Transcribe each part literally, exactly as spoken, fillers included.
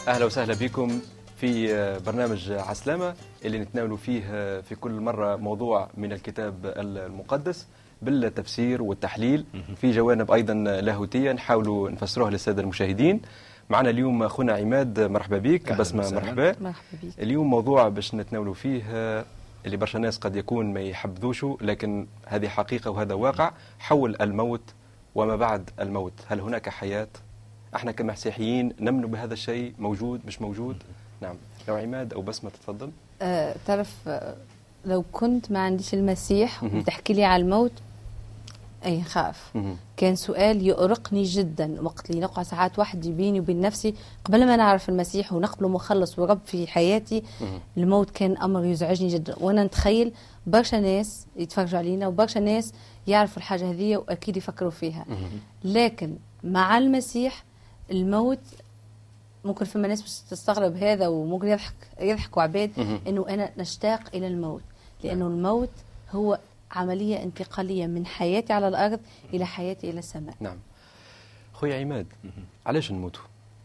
أهلا وسهلا بكم في برنامج عسلامة اللي نتناولوا فيه في كل مرة موضوع من الكتاب المقدس بالتفسير والتحليل، في جوانب أيضا لاهوتية نحاولوا نفسروها للسادة المشاهدين. معنا اليوم أخونا عماد، مرحبا بك. بسمة، مرحبا. مرحبا بك. اليوم موضوع باش نتناولوا فيه اللي برشا ناس قد يكون ما يحبذوشه، لكن هذه حقيقة وهذا واقع، حول الموت وما بعد الموت. هل هناك حياة؟ احنا كمسيحيين نمن بهذا الشيء، موجود مش موجود؟ نعم. لو عماد او بسمة تتفضل. أه تعرف، أه لو كنت ما عنديش المسيح وتحكي لي على الموت اي خاف. كان سؤال يؤرقني جدا وقت اللي نقع ساعات وحدي بيني وبين نفسي قبل ما نعرف المسيح ونقبله مخلص ورب في حياتي. الموت كان امر يزعجني جدا، وانا نتخيل برشا ناس يتفرجوا علينا وبرشا ناس يعرفوا الحاجه هذه واكيد يفكروا فيها. لكن مع المسيح الموت ممكن فما ناس مش تستغرب هذا، وممكن يضحك يضحكوا عباد انه انا نشتاق الى الموت، لانه الموت هو عمليه انتقاليه من حياتي على الارض الى حياتي الى السماء. نعم. خويا عماد، علاش نموتوا؟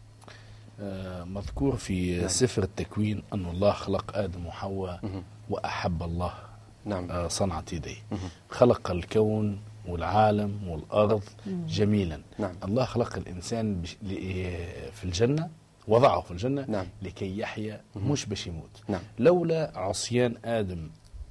آه مذكور في نعم. سفر التكوين أن الله خلق آدم وحواء وأحب الله نعم. آه صنعة يديه، خلق الكون والعالم والأرض مم. جميلا. نعم. الله خلق الإنسان في الجنة، وضعه في الجنة نعم. لكي يحيا مم. مش باش يموت. نعم. لولا عصيان آدم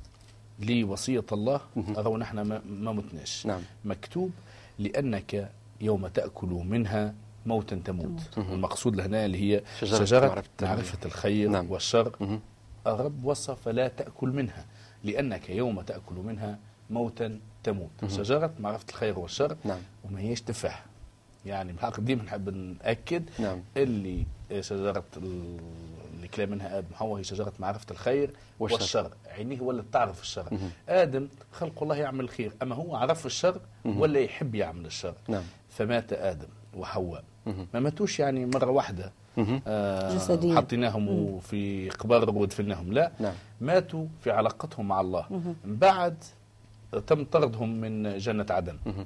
لوصية الله أو نحن ما متناش. نعم. مكتوب لأنك يوم تأكل منها موتا تموت. المقصود لهنا اللي هي شجرة, شجرة معرفة, معرفة الخير نعم. والشر. مم. الرب وصف فلا تأكل منها لأنك يوم تأكل منها موتا تموت. مم. شجرة معرفة الخير والشر. نعم. وما هيش تفاح، يعني بالحق ديما نحب نأكد نعم. اللي شجرة اللي كلا منها آدم وحواء هي شجرة معرفة الخير والشر, والشر. عينيه ولا تعرف الشر. مم. آدم خلق الله يعمل الخير، أما هو عرف الشر مم. ولا يحب يعمل الشر. نعم. فمات آدم وحواء، ما ماتوش يعني مرة واحدة آه حطيناهم مم. في قبر ودفناهم، لا. نعم. ماتوا في علاقتهم مع الله. من بعد تم طردهم من جنة عدن. مم.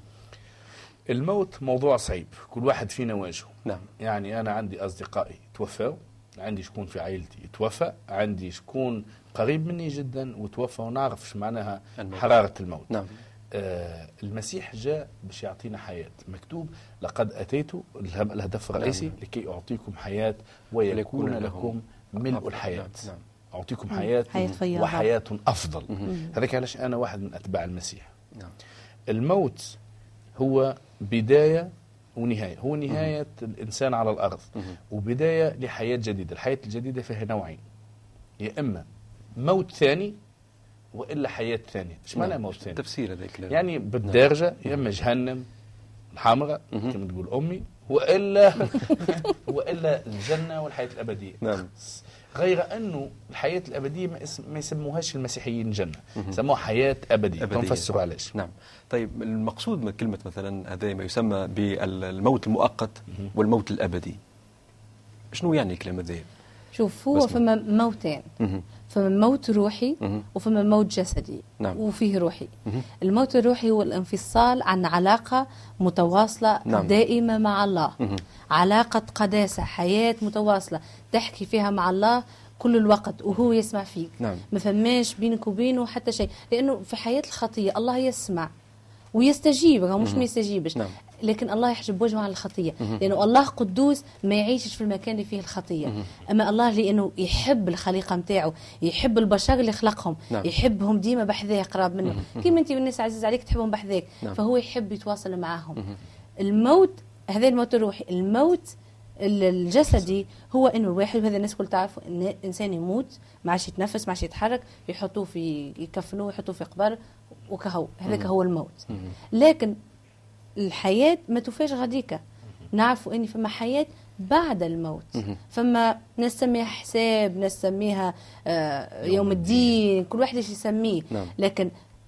الموت موضوع صعيب كل واحد فينا واجهه. نعم. يعني أنا عندي أصدقائي توفوا، عندي شكون في عائلتي توفى، عندي شكون قريب مني جدا وتوفى ونعرف شو معناها الموت. حرارة الموت. نعم. آه المسيح جاء باش يعطينا حياة. مكتوب لقد أتيت الهدف الرئيسي نعم. لكي أعطيكم حياة ويكون لكم ملء الحياة. نعم. نعم. أعطيكم حياة حياة وحياة أفضل. هذاك علاش أنا واحد من أتباع المسيح. نعم. الموت هو بداية ونهاية، هو نهاية مم. الإنسان على الأرض مم. وبداية لحياة جديدة. الحياة الجديدة فيها نوعين، يا إما موت ثاني وإلا حياة ثانية. إيش معنى موت ثاني؟ تفسير هذاك يعني بالدارجة يا إما جهنم الحمراء كما تقول أمي، وإلا وإلا الجنة والحياة الأبدية. نعم. غير أنه الحياة الأبدية ما يسموهاش المسيحيين جنة، يسموها حياة أبدية. تنفسروا علاش؟ نعم. طيب المقصود من كلمة مثلا هذا ما يسمى بالموت المؤقت والموت الأبدي، شنو يعني الكلام هذا؟ شوف، هو فما موتين، فما موت روحي وفما موت جسدي. نعم. وفيه روحي. الموت الروحي هو الانفصال عن علاقة متواصلة نعم. دائمة مع الله. علاقة قداسة، حياة متواصلة تحكي فيها مع الله كل الوقت وهو يسمع فيك. نعم. ما فماش بينك وبينه حتى شيء، لأنه في حياة الخطية الله يسمع ويستجيب، هو مش ما يستجيبش. نعم. لكن الله يحجب وجهه عن الخطية، لأنه الله قدوس ما يعيشش في المكان اللي فيه الخطية. أما الله لأنه يحب الخليقة متاعه، يحب البشر اللي خلقهم. نعم. يحبهم ديما بحذاه قراب منه، كيما أنت والناس عزيز عليك تحبهم بحذاك. نعم. فهو يحب يتواصل معهم. الموت هذا الموت الروحي. الموت الجسدي هو انه الواحد، وهذا الناس كل تعرف ان الانسان يموت ما عادش يتنفس ما عادش يتحرك، يحطوه في يكفنوه يحطوه في قبر وكهو، هذاك هو الموت. لكن الحياة ما توفاش غاديكا، نعرفوا ان فما حياة بعد الموت. فما ناس تسميها حساب، ناس تسميها آه يوم الدين، كل واحد ايش يسميه. نعم. لكن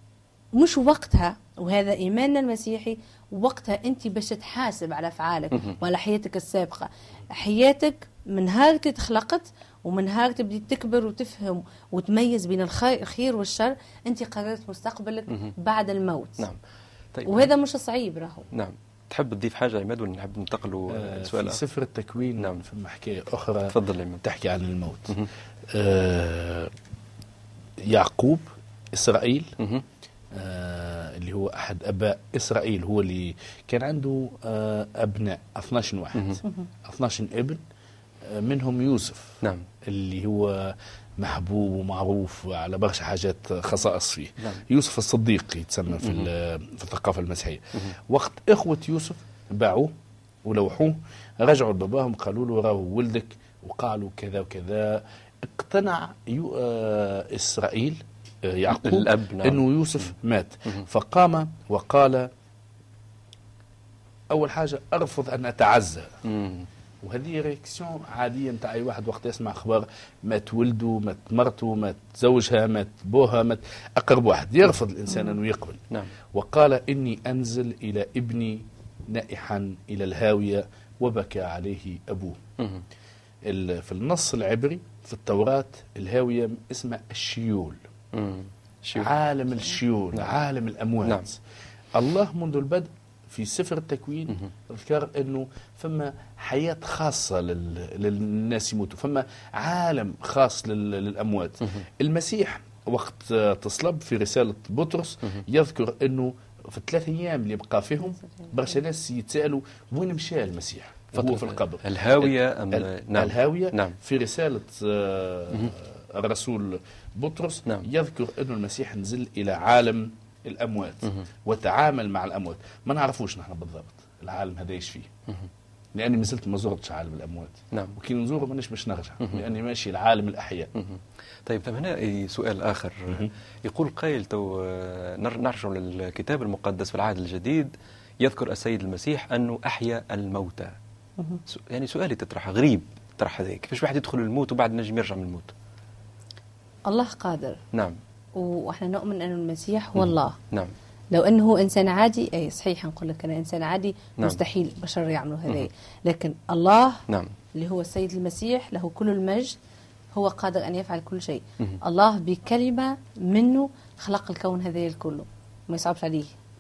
مش وقتها، وهذا ايماننا المسيحي، وقتها انت باش تحاسب على افعالك وعلى حياتك السابقه. حياتك من نهار تخلقت ومن نهار تبدي تكبر وتفهم وتميز بين الخير والشر، انت قررت مستقبلك بعد الموت. نعم. طيب. وهذا مش صعيب راهو. نعم. تحب تضيف حاجة عماد ولا نحب ننتقلوا آه لسؤال في سفر التكوين نعم. في حكاية أخرى تفضل عماد. تحكي عن الموت. آه يعقوب إسرائيل آه اللي هو أحد أباء إسرائيل، هو اللي كان عنده آه أبناء اثني عشر واحد، اثني عشر ابن، آه منهم يوسف نعم. اللي هو محبوب ومعروف على برشا حاجات خصائص فيه. نعم. يوسف الصديق يتسمى في, في الثقافة المسيحية. وقت إخوة يوسف باعوه ولوحوه، رجعوا لباباهم قالوا له راهو ولدك، وقالوا كذا وكذا. اقتنع يو آه إسرائيل آه يعقوب الأب نعم. أنه يوسف مات، فقام وقال أول حاجة أرفض أن أتعزى. وهذه رياكسيون عاديه نتاع اي واحد وقت يسمع اخبار مات ولده، مات مرته، مات زوجها، مات بوها، مات اقرب واحد، يرفض الانسان انه يقبل. نعم. وقال اني انزل الى ابني نائحا الى الهاويه وبكى عليه ابوه. في النص العبري في التوراه الهاويه اسمها الشيول. شيول. عالم الشيول. نعم. عالم الاموات. نعم. الله منذ البدء في سفر التكوين ذكر انه فما حياه خاصه للناس يموتوا، فما عالم خاص للاموات. المسيح وقت تصلب في رساله بطرس يذكر انه في الثلاث ايام اللي بقى فيهم برشا ناس يتسالوا وين مشى المسيح وهو في القبر. الهاويه أم نعم. الهاويه. نعم. في رساله الرسول بطرس نعم. يذكر انه المسيح نزل الى عالم الأموات وتعامل مع الأموات. ما نعرفوش نحن بالضبط العالم هذا ايش فيه، لأني ما زلت ما زرتش عالم الأموات. نعم. وكي نزوره مانيش باش نرجع لأني ماشي العالم الأحياء. طيب ثم هنا سؤال آخر. يقول قائل تو نرجع للكتاب المقدس في العهد الجديد، يذكر السيد المسيح أنه أحيا الموتى. يعني سؤالي تطرح غريب طرح هذا، كيفاش واحد يدخل الموت وبعد نجم يرجع من الموت؟ الله قادر. نعم. واحنا نؤمن أن المسيح هو الله. نعم. لو أنه هو إنسان عادي، أي صحيح نقول لك أنا إنسان عادي. نعم. مستحيل بشر يعملوا هذا. لكن الله نعم. اللي هو السيد المسيح له كل المجد، هو قادر أن يفعل كل شيء. الله بكلمة منه خلق الكون هذا كله، ما يصعبش عليه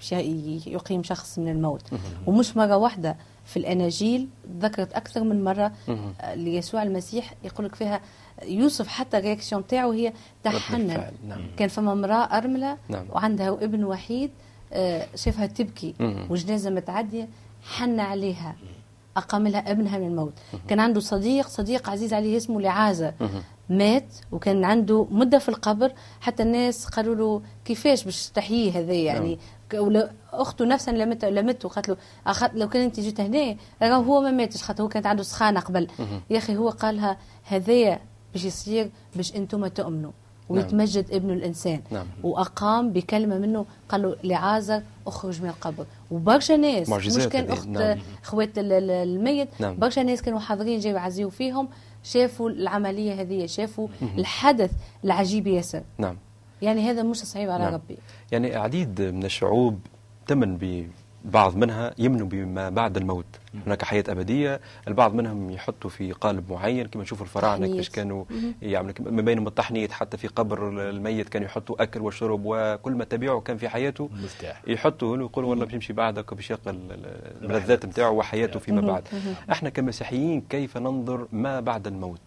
يقيم شخص من الموت. ومش مرة واحدة، في الأناجيل ذكرت أكثر من مرة ليسوع المسيح يقول لك فيها يوسف حتى الرياكسيون تاعه هي تحنن. نعم. كان فما امرأة أرملة. نعم. وعندها ابن وحيد، شافها تبكي وجنازة متعدية، حن عليها أقام لها ابنها من الموت. كان عنده صديق صديق عزيز عليه اسمه لعازر، مات وكان عنده مدة في القبر، حتى الناس قالوا له كيفاش باش تحييه هذا يعني. نعم. اخته نفسها لمته لمته وقالت له أخذ لو كان انت جيت هنا راه هو ما ماتش، خاطر هو كانت عنده سخانه قبل. يا اخي هو قالها هذايا باش يصير باش انتم تؤمنوا ويتمجد. نعم. ابن الانسان. نعم. واقام بكلمه منه، قال له لعازر اخرج من القبر. وبرشا ناس مش كان اخت. نعم. اخوات الميت. نعم. برشا ناس كانوا حاضرين جايوا يعزيوا فيهم، شافوا العمليه هذه، شافوا الحدث العجيب ياسر. نعم. يعني هذا مش صعيب على. نعم. ربي. يعني عديد من الشعوب تمن ببعض منها يمنوا بما بعد الموت، هناك حياة أبدية. البعض منهم يحطوا في قالب معين كما نشوفوا الفراعنة كيفاش كانوا يعملوا، ما بينهم التحنيط، حتى في قبر الميت كانوا يحطوا أكل وشرب وكل ما تبعه كان في حياته مفتاح. يحطوا يقولوا والله بيمشي بعدك باش يلقى الملذات نتاعه وحياته فيما بعد. احنا كمسيحيين كيف ننظر ما بعد الموت؟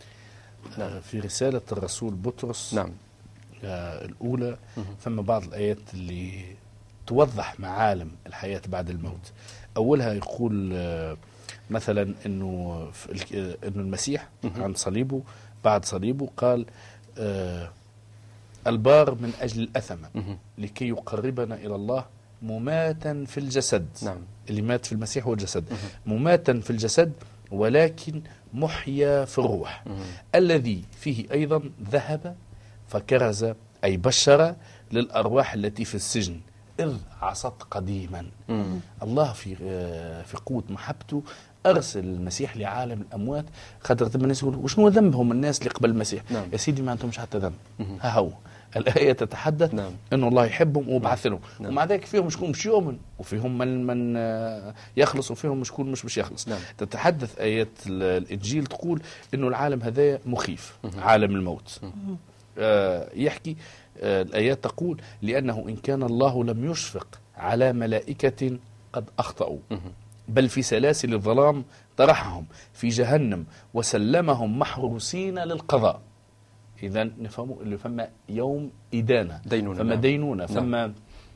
نعم. في رسالة الرسول بطرس نعم الأولى ثم بعض الآيات اللي توضح معالم الحياة بعد الموت. أولها يقول مثلا إنه إنه المسيح عند صليبه، بعد صليبه قال البار من أجل الأثمة لكي يقربنا إلى الله مماتا في الجسد. نعم. اللي مات في المسيح هو الجسد. مماتا في الجسد ولكن محيا في الروح، الذي فيه أيضا ذهب فكرز أي بشر للأرواح التي في السجن إذ عصت قديما. مم. الله في في قوة محبته أرسل المسيح لعالم الأموات، خاطر ثم الناس يقولوا وشنو ذنبهم الناس اللي قبل المسيح؟ نعم. يا سيدي ما عندهمش حتى ذنب. ها هو الآية تتحدث. نعم. أنه الله يحبهم وبعث لهم. نعم. ومع ذلك فيهم شكون مش يؤمن وفيهم من من يخلص وفيهم شكون مش مش يخلص. نعم. تتحدث آيات الإنجيل تقول أنه العالم هذا مخيف. مم. عالم الموت. آه يحكي آه الآيات تقول لأنه إن كان الله لم يشفق على ملائكة قد أخطأوا، بل في سلاسل الظلام طرحهم في جهنم وسلمهم محروسين للقضاء. إذا نفهموا اللي فما يوم إدانة، دينونة، فما دينونة، فما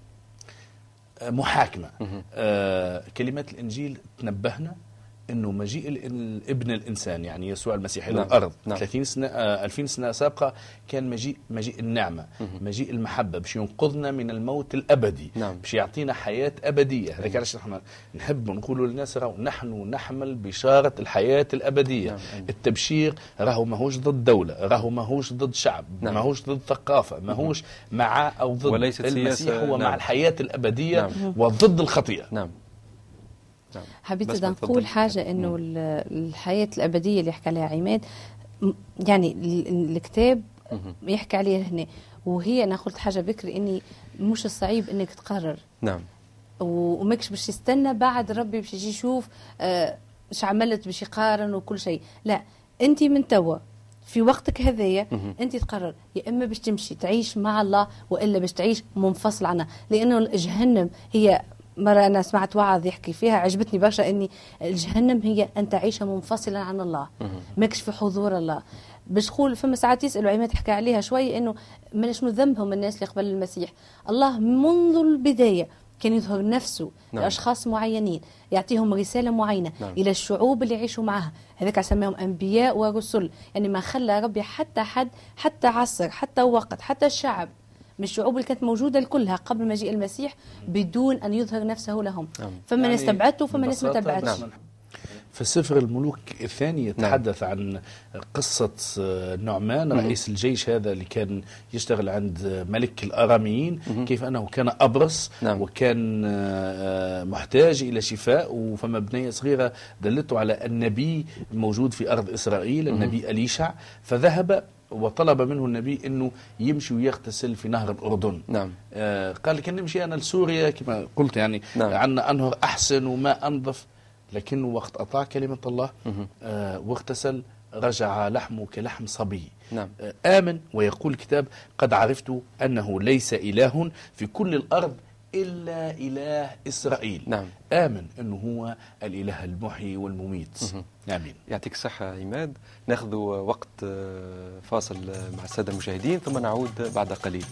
محاكمة. آه كلمات الإنجيل تنبهنا انه مجيء ابن الانسان يعني يسوع المسيح الى الارض نعم. ثلاثين سنه آه ألفين سنه سابقه كان مجيء مجيء النعمه، مه. مجيء المحبه باش ينقذنا من الموت الابدي، نعم. باش يعطينا حياه ابديه. هذا علاش نحن نحب نقولوا للناس راهو نحن نحمل بشاره الحياه الابديه. نعم. التبشير راهو ماهوش ضد دوله، راهو ماهوش ضد شعب، نعم. ماهوش ضد ثقافه، ماهوش مع او ضد المسيح، هو نعم. مع الحياه الابديه نعم. وضد الخطيئه. نعم. حبيت نقول حاجة إنه الحياة الأبدية اللي يحكي عليها عماد، يعني الكتاب يحكي عليها هنا، وهي أنا قلت حاجة بكري إني مش الصعيب إنك تقرر. نعم. وماكش باش يستنى بعد ربي باش يجي يشوف آه ايش عملت باش يقارن وكل شيء، لا أنت من توا في وقتك هذايا أنت تقرر يا إما باش تمشي تعيش مع الله وإلا باش تعيش منفصل عنه، لأنه جهنم هي مرة أنا سمعت وعظ يحكي فيها عجبتني برشا، إني الجهنم هي أن تعيش منفصلا عن الله، ماكش في حضور الله. باش تقول فما ساعات يسألوا عماد حكى عليها شوي إنه من شنو ذنبهم الناس اللي قبل المسيح. الله منذ البداية كان يظهر نفسه نعم. لأشخاص معينين، يعطيهم رسالة معينة نعم. إلى الشعوب اللي يعيشوا معها، هذاك سماهم أنبياء ورسل، يعني ما خلى ربي حتى حد حتى عصر حتى وقت حتى الشعب من الشعوب اللي كانت موجودة كلها قبل مجيء المسيح بدون أن يظهر نفسه لهم. نعم. فما يعني ناس تبعته وفما ناس ما تبعتش. نعم. في سفر الملوك الثاني يتحدث نعم. عن قصة نعمان مم. رئيس الجيش هذا اللي كان يشتغل عند ملك الآراميين، مم. كيف أنه كان أبرص نعم. وكان محتاج إلى شفاء، وفما بنية صغيرة دلته على النبي موجود في أرض إسرائيل، النبي مم. أليشع، فذهب وطلب منه النبي انه يمشي ويغتسل في نهر الاردن. نعم. آه قال كان نمشي انا لسوريا كما قلت يعني نعم. عندنا انهر احسن وما انظف، لكنه وقت اطاع كلمه الله آه واغتسل رجع لحمه كلحم صبي. نعم. آه امن، ويقول الكتاب قد عرفت انه ليس اله في كل الارض إلا إله إسرائيل. نعم. آمن أنه هو الإله المحيي والمميت. آمين. يعطيك الصحة عماد. ناخذ وقت فاصل مع السادة المشاهدين ثم نعود بعد قليل.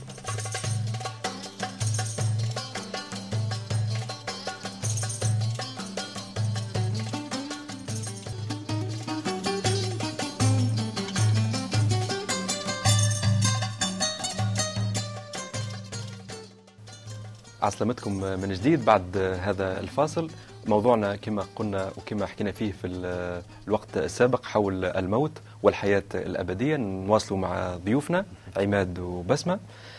عسلامتكم من جديد بعد هذا الفاصل. موضوعنا كما قلنا وكما حكينا فيه في الوقت السابق حول الموت والحياة الأبدية. نواصلوا مع ضيوفنا عماد وبسمة.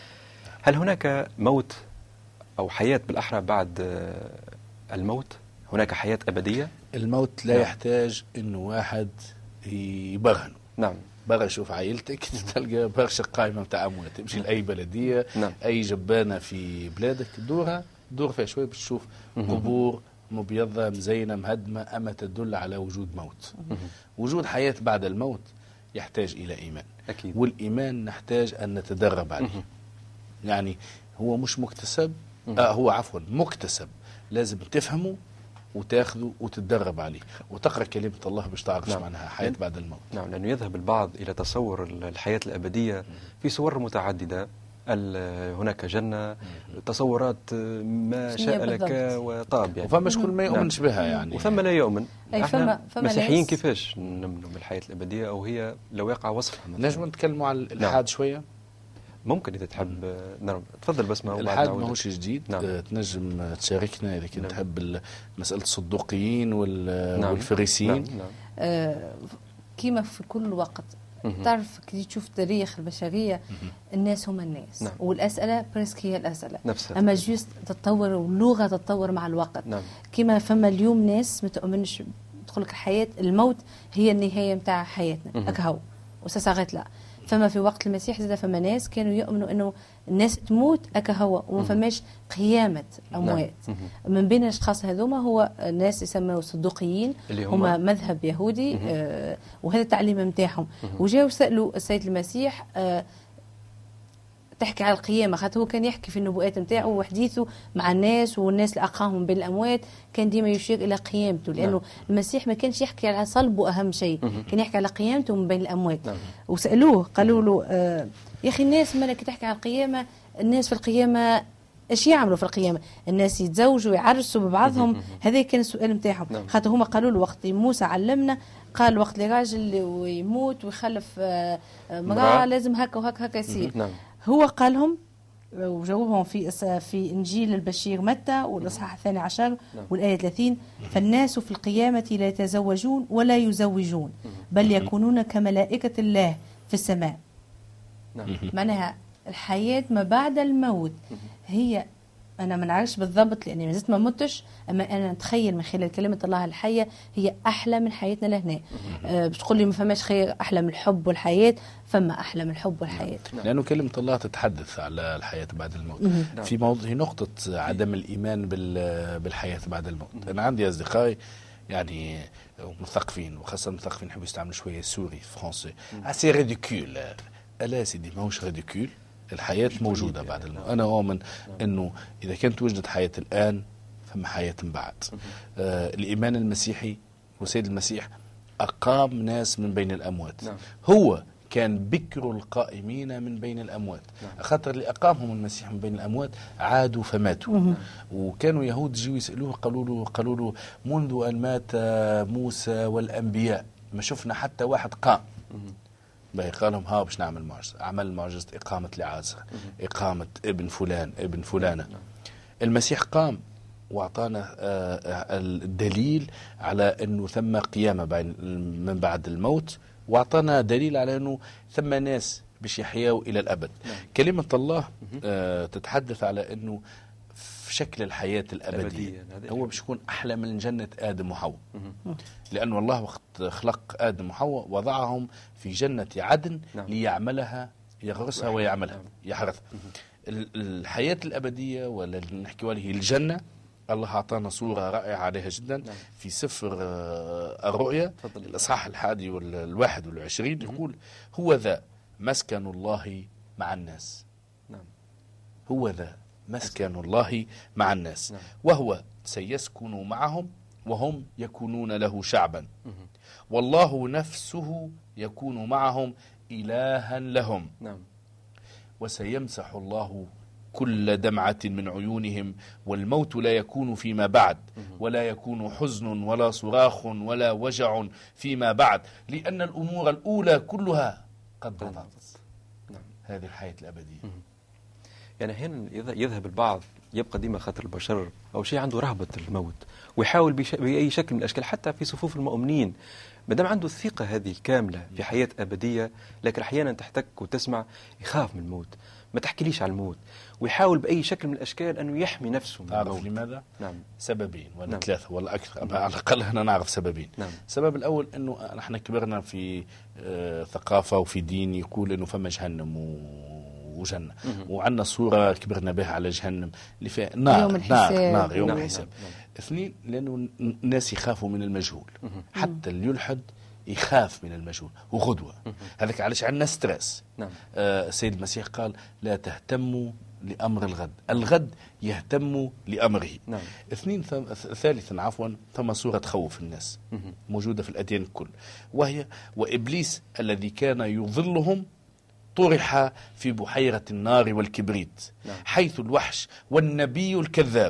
هل هناك موت أو حياة بالأحرى بعد الموت؟ هناك حياة أبدية؟ الموت لا نعم. يحتاج إنه واحد يبرهن. نعم. بغى شوف عائلتك تلقى برشا قائمة متاع أموات، تمشي لأي بلدية نعم. أي جبانة في بلادك دورها دور فيها شوي باش تشوف قبور مبيضة مزينة مهدمة، أما تدل على وجود موت. وجود حياة بعد الموت يحتاج إلى إيمان. أكيد. والإيمان نحتاج أن نتدرب عليه. يعني هو مش مكتسب، آه هو عفوا مكتسب، لازم تفهمه وتاخذه وتتدرب عليه وتقرأ كلمة الله باش تعرف نعم. معناها حياة بعد الموت. نعم، لأنه يذهب البعض إلى تصور الحياة الأبدية في صور متعددة. هناك جنة، تصورات ما شاء لك وطاب يعني. وفما شكون ما يؤمنش بها يعني، وفما لا يؤمن. احنا مسيحيين كيفاش نؤمنوا بالحياة الأبدية أو هي لو واقع وصفها؟ نجم نتكلموا على الإلحاد نعم. شوية ممكن إذا تحب. نعم تفضل بس. ما الإلحاد ماهوش جديد. نعم. تنجم تشاركنا إذا كنت نعم. تحب مسألة الصدوقيين وال... نعم. والفريسيين. نعم. نعم. آه كيما في كل وقت تعرف كي تشوف تاريخ البشرية الناس هم الناس نعم. والأسئلة بريسك هي الأسئلة نفسها. أما جيست تتطور واللغة تتطور مع الوقت نعم. كيما فما اليوم ناس ما تؤمنش تقول لك الحياة الموت هي النهاية متاع حياتنا أكهو وساساغت لا. فما في وقت المسيح زاد فما ناس كانوا يؤمنوا انه الناس تموت اكا هو وما فماش قيامه اموات. نعم. من بين الاشخاص هذوما هو ناس يسموا صدوقيين، هما مذهب يهودي آه وهذا التعليم نتاعهم. وجاوا سالوا السيد المسيح آه تحكي على القيامة، خاطر هو كان يحكي في النبوءات نتاعو وحديثه مع الناس، والناس اللي أقامهم بين الأموات كان ديما يشير إلى قيامته، لأنه نعم. المسيح ما كانش يحكي على صلبه أهم شيء، كان يحكي على قيامته من بين الأموات. نعم. وسألوه قالوا له آه يا أخي الناس مالك تحكي على القيامة، الناس في القيامة ايش يعملوا في القيامه؟ الناس يتزوجوا ويعرسوا ببعضهم. هذا كان السؤال نتاعهم. نعم. خاطر هما قالوا له وقت موسى علمنا، قال وقت الراجل يموت ويخلف امراه لازم هكا وهكا هكا يصير. نعم. هو قال لهم وجاوبهم في في انجيل البشير متى والاصحاح الثاني عشر. نعم. والايه ثلاثين: فالناس في القيامه لا يتزوجون ولا يزوجون بل يكونون كملائكه الله في السماء. نعم. معناها الحياة ما بعد الموت هي، أنا ما نعرفش بالضبط لأني ما زلت ما متش، أما أنا نتخيل من خلال كلمة الله الحية هي أحلى من حياتنا لهنا. أه بتقول لي ما فماش خير أحلى من الحب والحياة، فما أحلى من الحب والحياة. لأنه كلمة الله تتحدث على الحياة بعد الموت. في موضوع نقطة عدم الإيمان بالحياة بعد الموت. أنا عندي أصدقائي يعني مثقفين، وخاصة مثقفين يحبوا يستعملوا شوية سوري فرنسي assez ridicule. ألا سيدي ماهوش ريديكول، الحياة موجودة بعد الموت. أنا أؤمن أنه إذا كانت وجدت حياة الآن فما حياة بعد. آه الإيمان المسيحي وسيد المسيح أقام ناس من بين الأموات. نعم. هو كان بكر القائمين من بين الأموات. نعم. خاطر اللي أقامهم المسيح من بين الأموات عادوا فماتوا. نعم. وكانوا يهود جيوا يسألوه قالوا له قالوا له منذ أن مات موسى والأنبياء ما شفنا حتى واحد قام. قال لهم ها باش نعمل معجزة. عمل معجزة إقامة لعازر، إقامة ابن فلان ابن فلانة. المسيح قام وأعطانا الدليل على أنه ثم قيامة من بعد الموت، وأعطانا دليل على أنه ثم ناس باش يحيوا إلى الأبد. كلمة الله تتحدث على أنه في شكل الحياة الأبدية هو باش يكون أحلى من جنة آدم وحواء، لأن الله وقت خلق آدم وحواء وضعهم في جنة عدن. نعم. ليعملها يغرسها ويعملها يحرث. الحياة الأبدية ولا نحكي عليه الجنة، الله أعطانا صورة رائعة عليها جدا. نعم. في سفر الرؤيا الإصحاح الحادي والواحد والعشرين يقول هو ذا مسكن الله مع الناس. نعم. هو ذا مسكن الله مع الناس. نعم. وهو سيسكن معهم وهم يكونون له شعبا، والله نفسه يكون معهم إلها لهم. نعم. وسيمسح الله كل دمعة من عيونهم، والموت لا يكون فيما بعد، ولا يكون حزن ولا صراخ ولا وجع فيما بعد، لأن الأمور الأولى كلها قد مضت. نعم. هذه الحياة الأبدية. يعني هنا يذهب البعض يبقى ديما خاطر البشر أو شيء عنده رهبة الموت، ويحاول بأي شكل من الأشكال حتى في صفوف المؤمنين ما دام عنده الثقة هذه الكاملة في حياة أبدية، لكن أحيانا تحتك وتسمع يخاف من الموت، ما تحكيليش على الموت، ويحاول بأي شكل من الأشكال أنه يحمي نفسه من الموت. تعرف لماذا؟ نعم. سببين ولا نعم. ثلاثة ولا أكثر. نعم. على الأقل أنا نعرف سببين. نعم. السبب الأول أنه نحن كبرنا في آه ثقافة وفي دين يقول أنه فما جهنم و وجنة، وعندنا صورة كبرنا بها على جهنم اللي فيها نار يوم نار نار يوم الحساب. اثنين، لأنه الناس يخافوا من المجهول. حتى اللي يلحد يخاف من المجهول وغدوة. هذاك علاش عندنا ستريس. نعم. آه سيد المسيح قال لا تهتموا لأمر الغد، الغد يهتم لأمره. نعم. اثنين ثالثا عفوا ثم صورة تخوف الناس موجودة في الأديان الكل، وهي وإبليس الذي كان يضلهم طرح في بحيرة النار والكبريت. نعم. حيث الوحش والنبي الكذاب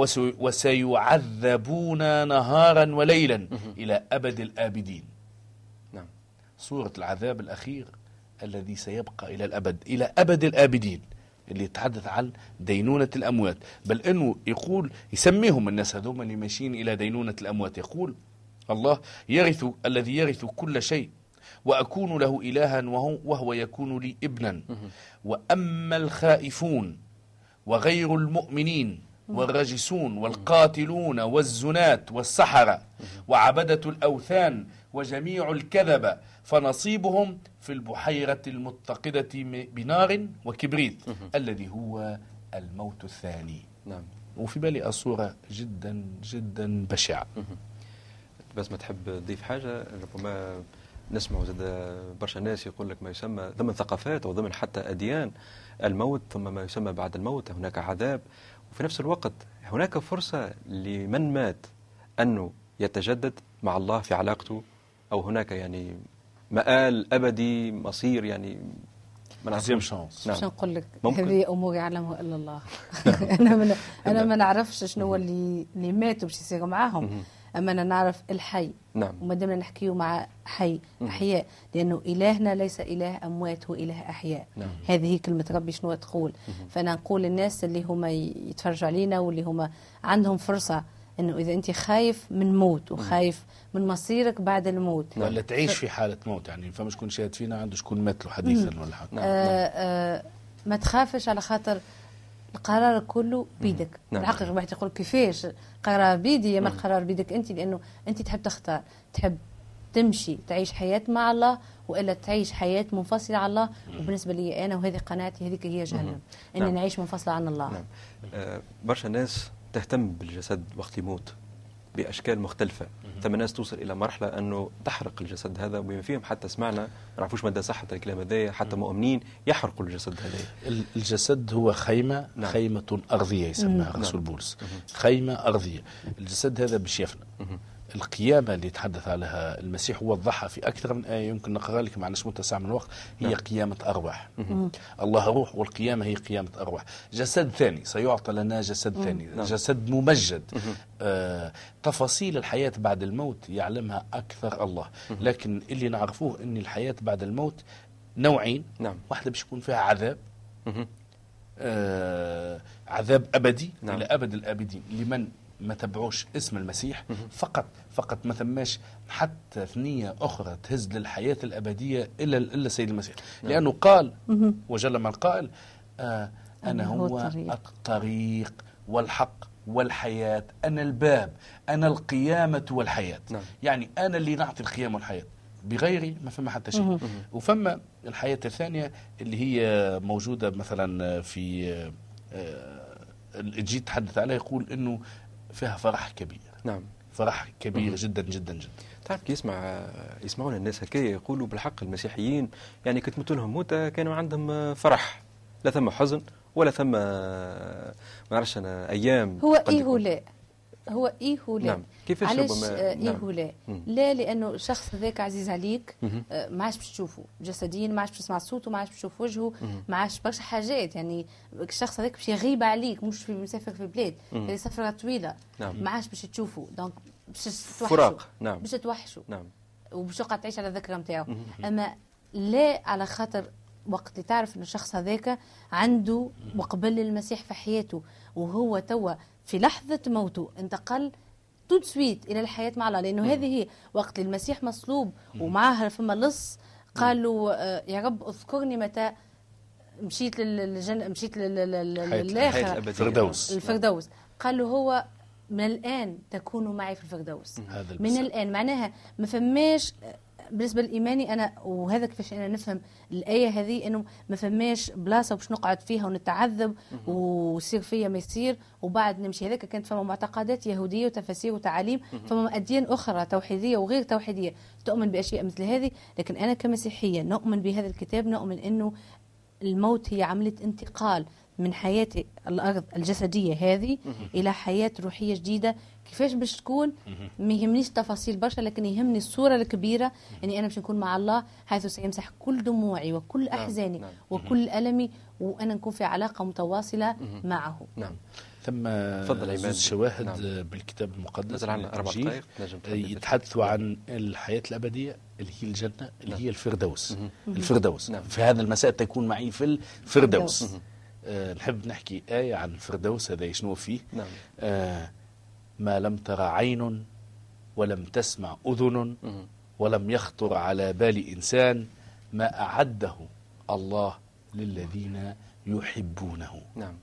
وسيعذبون نهارا وليلا إلى أبد الآبدين. نعم. صورة العذاب الأخير الذي سيبقى إلى الأبد، إلى أبد الآبدين، اللي يتحدث عن دينونة الأموات. بل أنه يقول يسميهم الناس هذوم اللي ماشيين إلى دينونة الأموات، يقول الله يرث الذي يرث كل شيء وأكون له إلها وهو, وهو يكون لي ابنا. وأما الخائفون وغير المؤمنين والرجسون والقاتلون والزنات والسحرة وعبدة الأوثان وجميع الكذبة فنصيبهم في البحيرة المتقدة بنار وكبريت الذي هو الموت الثاني. نعم. وفي بالي الصورة جدا جدا بشعة. بس ما تحب تضيف حاجة ربما نسمع زاد برشا ناس يقول لك ما يسمى ضمن ثقافات وضمن حتى أديان الموت، ثم ما يسمى بعد الموت، هناك عذاب، وفي نفس الوقت هناك فرصة لمن مات أنه يتجدد مع الله في علاقته، أو هناك يعني مآل أبدي مصير يعني ما نعرفش. شنو نقول لك، هذه امور يعلمها الا الله. انا من انا ما نعرفش شنو هو اللي اللي ماتوا باش يصيروا معاهم، اما انا نعرف الحي. نعم. وما دامنا نحكيو مع حي احياء، لانه الهنا ليس اله اموات، هو اله احياء. نعم. هذه هي كلمه ربي شنو تقول. فانا نقول للناس اللي هما يتفرجوا علينا واللي هما عندهم فرصه انه اذا انت خايف من موت وخايف من مصيرك بعد الموت، ولا تعيش في حاله موت، يعني فما شكون شاهد فينا عنده شكون مات له حديثا ولا حاجه. نعم. آه آه ما تخافش، على خاطر القرار كله بيدك. نعم. الحقيقه واحد يقول كيفاش قرار بيدي؟ ما القرار بيدك انت، لانه انت تحب تختار، تحب تمشي تعيش حياه مع الله والا تعيش حياه منفصله عن الله. وبالنسبه لي انا وهذه قناعتي، هذيك هي جهنم، اني نعم. نعيش منفصله عن الله. نعم. آه برشا ناس تهتم بالجسد وقت يموت بأشكال مختلفة. ثم ناس توصل إلى مرحلة أنه تحرق الجسد هذا، وبما فيهم حتى سمعنا ما نعرفوش مدى صحة الكلام هذا، حتى مؤمنين يحرقوا الجسد هذا. الجسد هو خيمة. نعم. خيمة أرضية يسميها الرسول بولس. خيمة أرضية. الجسد هذا باش يفنى. القيامة اللي يتحدث عليها المسيح ووضحها في أكثر من آية يمكن نقرأ لك معلش متسع من الوقت، هي نعم. قيامة أرواح. الله روح، والقيامة هي قيامة أرواح. جسد ثاني سيعطى لنا، جسد مم. ثاني نعم. جسد ممجد. آه تفاصيل الحياة بعد الموت يعلمها أكثر الله، لكن اللي نعرفوه أن الحياة بعد الموت نوعين. نعم. واحدة باش يكون فيها عذاب، آه عذاب أبدي. نعم. إلى أبد الآبدين لمن ما تبعوش اسم المسيح. فقط فقط ما ثماش حتى ثنية أخرى تهز للحياة الأبدية إلا إلا سيد المسيح. لأنه قال وجل من قال آه أنا هو الطريق. الطريق والحق والحياة، أنا الباب، أنا القيامة والحياة. نعم. يعني أنا اللي نعطي القيامة والحياة، بغيري ما فما حتى شيء. وفما الحياة الثانية اللي هي موجودة مثلا في آه الإنجيل تحدث عليه، يقول إنه فيها فرح كبير. نعم. فرح كبير مم. جدا جدا جدا. تعرف كي يسمع يسمعون الناس هكا يقولوا بالحق المسيحيين يعني كتموت لهم موتة كانوا عندهم فرح، لا ثم حزن ولا ثم ما نعرفش انا ايام. هو ايه هو لا هو ايه هو لا نعم. كيفاش علاش ربما ايه هو لا لا لانه الشخص ذاك عزيز عليك، آه ما عادش باش تشوفه جسديا، ما عادش باش تسمع صوته، ما عادش باش تشوف وجهه، ما عادش برشا حاجات. يعني الشخص هذاك باش يغيب عليك، مش في مسافر في بلاد، هذه سفره طويله. نعم. ما عادش باش تشوفه، دونك باش تتوحشوا. فراق. نعم. باش تتوحشوا. نعم. وباش تقعد تعيش على الذكرى نتاعو. اما لا، على خاطر وقت اللي تعرف ان الشخص هذاك عنده مقبل المسيح في حياته، وهو توا في لحظه موته انتقل تود سويت الى الحياه مع الله، لانه هذه هي وقت المسيح مصلوب ومعاه فما لص، قال له يا رب اذكرني متى مشيت للجنة، مشيت للاخره الفردوس الفردوس قال له هو من الان تكونوا معي في الفردوس. من الان معناها ما فماش بالنسبه للايماني انا، وهذا كيفاش انا نفهم الايه هذه، انه ما فماش بلاصه باش نقعد فيها ونتعذب ويصير فيا ما يصير وبعد نمشي. هذاك كانت فما معتقدات يهوديه وتفاسير وتعاليم، فما اديان اخرى توحيديه وغير توحيديه تؤمن باشياء مثل هذه. لكن انا كمسيحيه نؤمن بهذا الكتاب، نؤمن انه الموت هي عمليه انتقال من حياة الأرض الجسدية هذه إلى حياة روحية جديدة. كيفاش باش تكون ما يهمنيش تفاصيل برشا، لكن يهمني الصورة الكبيرة، أني أنا باش نكون مع الله حيث سيمسح كل دموعي وكل أحزاني نعم. وكل ألمي، وأنا نكون في علاقة متواصلة معه. نعم. ثم زوج شواهد نعم. بالكتاب المقدس يتحدثوا عن الحياة الأبدية اللي هي الجنة اللي نعم. هي الفردوس. الفردوس نعم. في هذا المساء تكون معي في الفردوس. أه نحب نحكي آية عن الفردوس هذا شنو فيه. نعم. أه ما لم ترى عين ولم تسمع أذن ولم يخطر على بال إنسان ما أعده الله للذين يحبونه. نعم.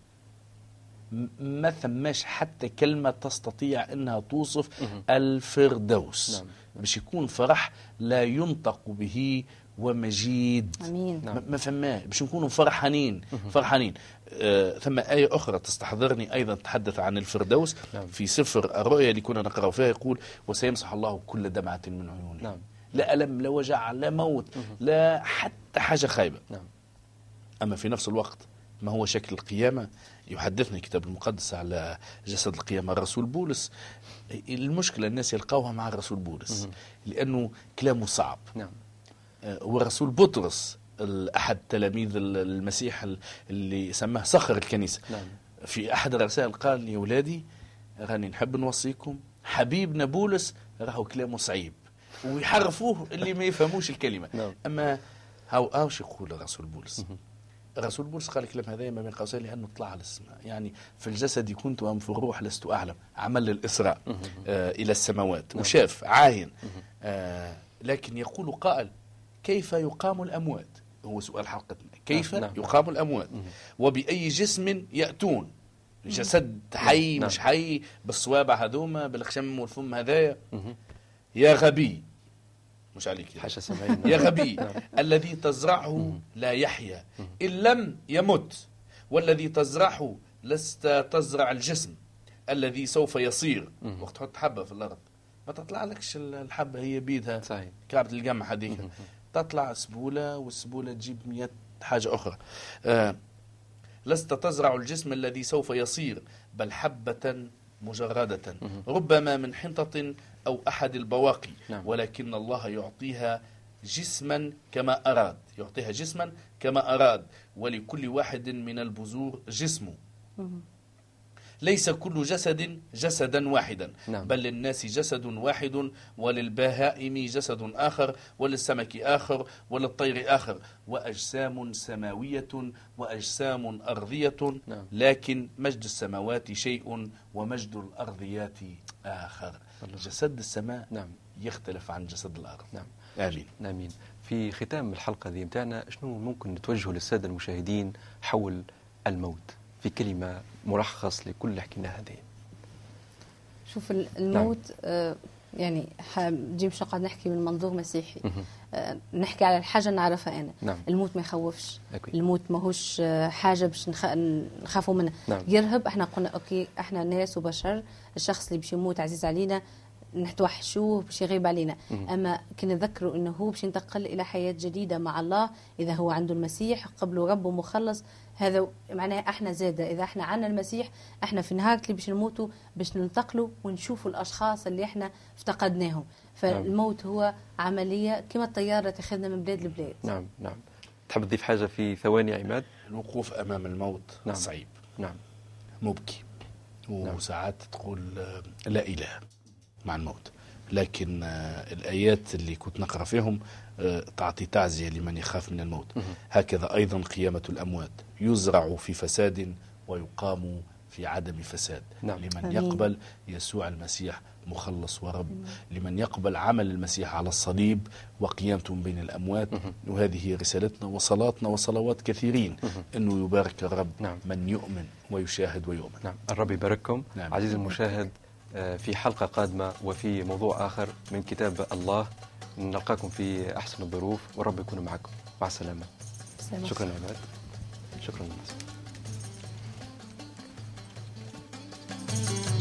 ما ثماش حتى كلمة تستطيع أنها توصف الفردوس. نعم. باش يكون فرح لا ينطق به ومجيد. أمين. نعم. ما فماه باش نكونوا فرحانين فرحانين. آه ثم آية أخرى تستحضرني أيضا تحدث عن الفردوس. نعم. في سفر الرؤيا اللي كنا نقرأ فيها يقول وسيمسح الله كل دمعة من عيونهم. نعم. لا ألم لا وجع لا موت لا حتى حاجة خايبة. نعم. أما في نفس الوقت ما هو شكل القيامة؟ يحدثنا الكتاب المقدس على جسد القيامة. الرسول بولس المشكلة الناس يلقاوها مع الرسول بولس لأنه كلامه صعب. نعم. والرسول بطرس أحد تلاميذ المسيح اللي سماه صخر الكنيسة. نعم. في أحد الرسائل قال يا أولادي راني نحب نوصيكم حبيبنا بولس راهو كلامه صعيب ويحرفوه اللي ما يفهموش الكلمة. نعم. أما هاو أوش يقول الرسول بولس؟ الرسول بولس قال الكلام هذا ما بين قوسين لأنه طلع على السماء، يعني في الجسد كنت وأم في الروح لست أعلم، عمل الإسراء آه إلى السماوات وشاف عاين. آه لكن يقول قائل كيف يقام الأموات؟ هو سؤال حلقتنا، كيف نعم. يقام الأموات وبأي جسم يأتون؟ جسد حي نعم. مش حي بالصوابع هذوما بالخشم والفم هذايا؟ يا غبي مش عليك يا غبي الذي تزرعه لا يحيا إن لم يمت، والذي تزرعه لست تزرع الجسم الذي سوف يصير. وقت تحط حبة في الأرض ما تطلع لكش الحبة هي بيدها صحيح. كعبة القمح هذيك تطلع سبولة والسبولة تجيب مئة حاجة أخرى. آه لست تزرع الجسم الذي سوف يصير بل حبة مجردة ربما من حنطة أو أحد البواقي. نعم. ولكن الله يعطيها جسما كما أراد، يعطيها جسما كما أراد، ولكل واحد من البذور جسمه. ليس كل جسد جسدا واحدا. نعم. بل للناس جسد واحد وللبهائم جسد آخر وللسمك آخر وللطير آخر وأجسام سماوية وأجسام أرضية. نعم. لكن مجد السماوات شيء ومجد الأرضيات آخر. الله. جسد السماء نعم. يختلف عن جسد الأرض. نعم. آمين. آمين. في ختام الحلقة ذي متاعنا شنو ممكن نتوجهه للسادة المشاهدين حول الموت في كلمة ملخص لكل اللي حكيناه هذه؟ شوف الموت نعم. آه يعني نجي مش نقعد نحكي من منظور مسيحي. آه نحكي على الحاجة نعرفها أنا. نعم. الموت ما يخوفش. أكيد. الموت ماهوش حاجة باش نخ... نخافوا منها. نعم. يرهب. احنا قلنا أوكي احنا ناس وبشر، الشخص اللي باش يموت عزيز علينا نتوحشوه باش يغيب علينا. مم. أما كنا نذكروا أنه هو باش ينتقل إلى حياة جديدة مع الله إذا هو عنده المسيح قبله رب ومخلص. هذا معناه احنا زاده إذا احنا عنا المسيح احنا في نهار اللي باش نموتوا باش ننتقلوا ونشوفوا الأشخاص اللي احنا افتقدناهم. فالموت هو عملية كما الطيارة تاخذنا من بلاد لبلاد. نعم نعم. تحب تضيف حاجة في ثواني عماد؟ الوقوف أمام الموت نعم. صعيب. نعم. مبكي وساعات تقول لا إله مع الموت. لكن الآيات اللي كنت نقرأ فيهم تعطي تعزية لمن يخاف من الموت. هكذا أيضا قيامة الأموات يزرع في فساد ويقام في عدم فساد. نعم. لمن يقبل يسوع المسيح مخلص ورب، لمن يقبل عمل المسيح على الصليب وقيامته بين الأموات. وهذه هي رسالتنا وصلاتنا وصلوات كثيرين أنه يبارك الرب. نعم. من يؤمن ويشاهد ويؤمن. نعم. الرب يبارككم. نعم. عزيزي المشاهد، في حلقة قادمة وفي موضوع آخر من كتاب الله نلقاكم في أحسن الظروف والرب يكون معكم. مع السلامة. شكرا عماد. شكرا للناس.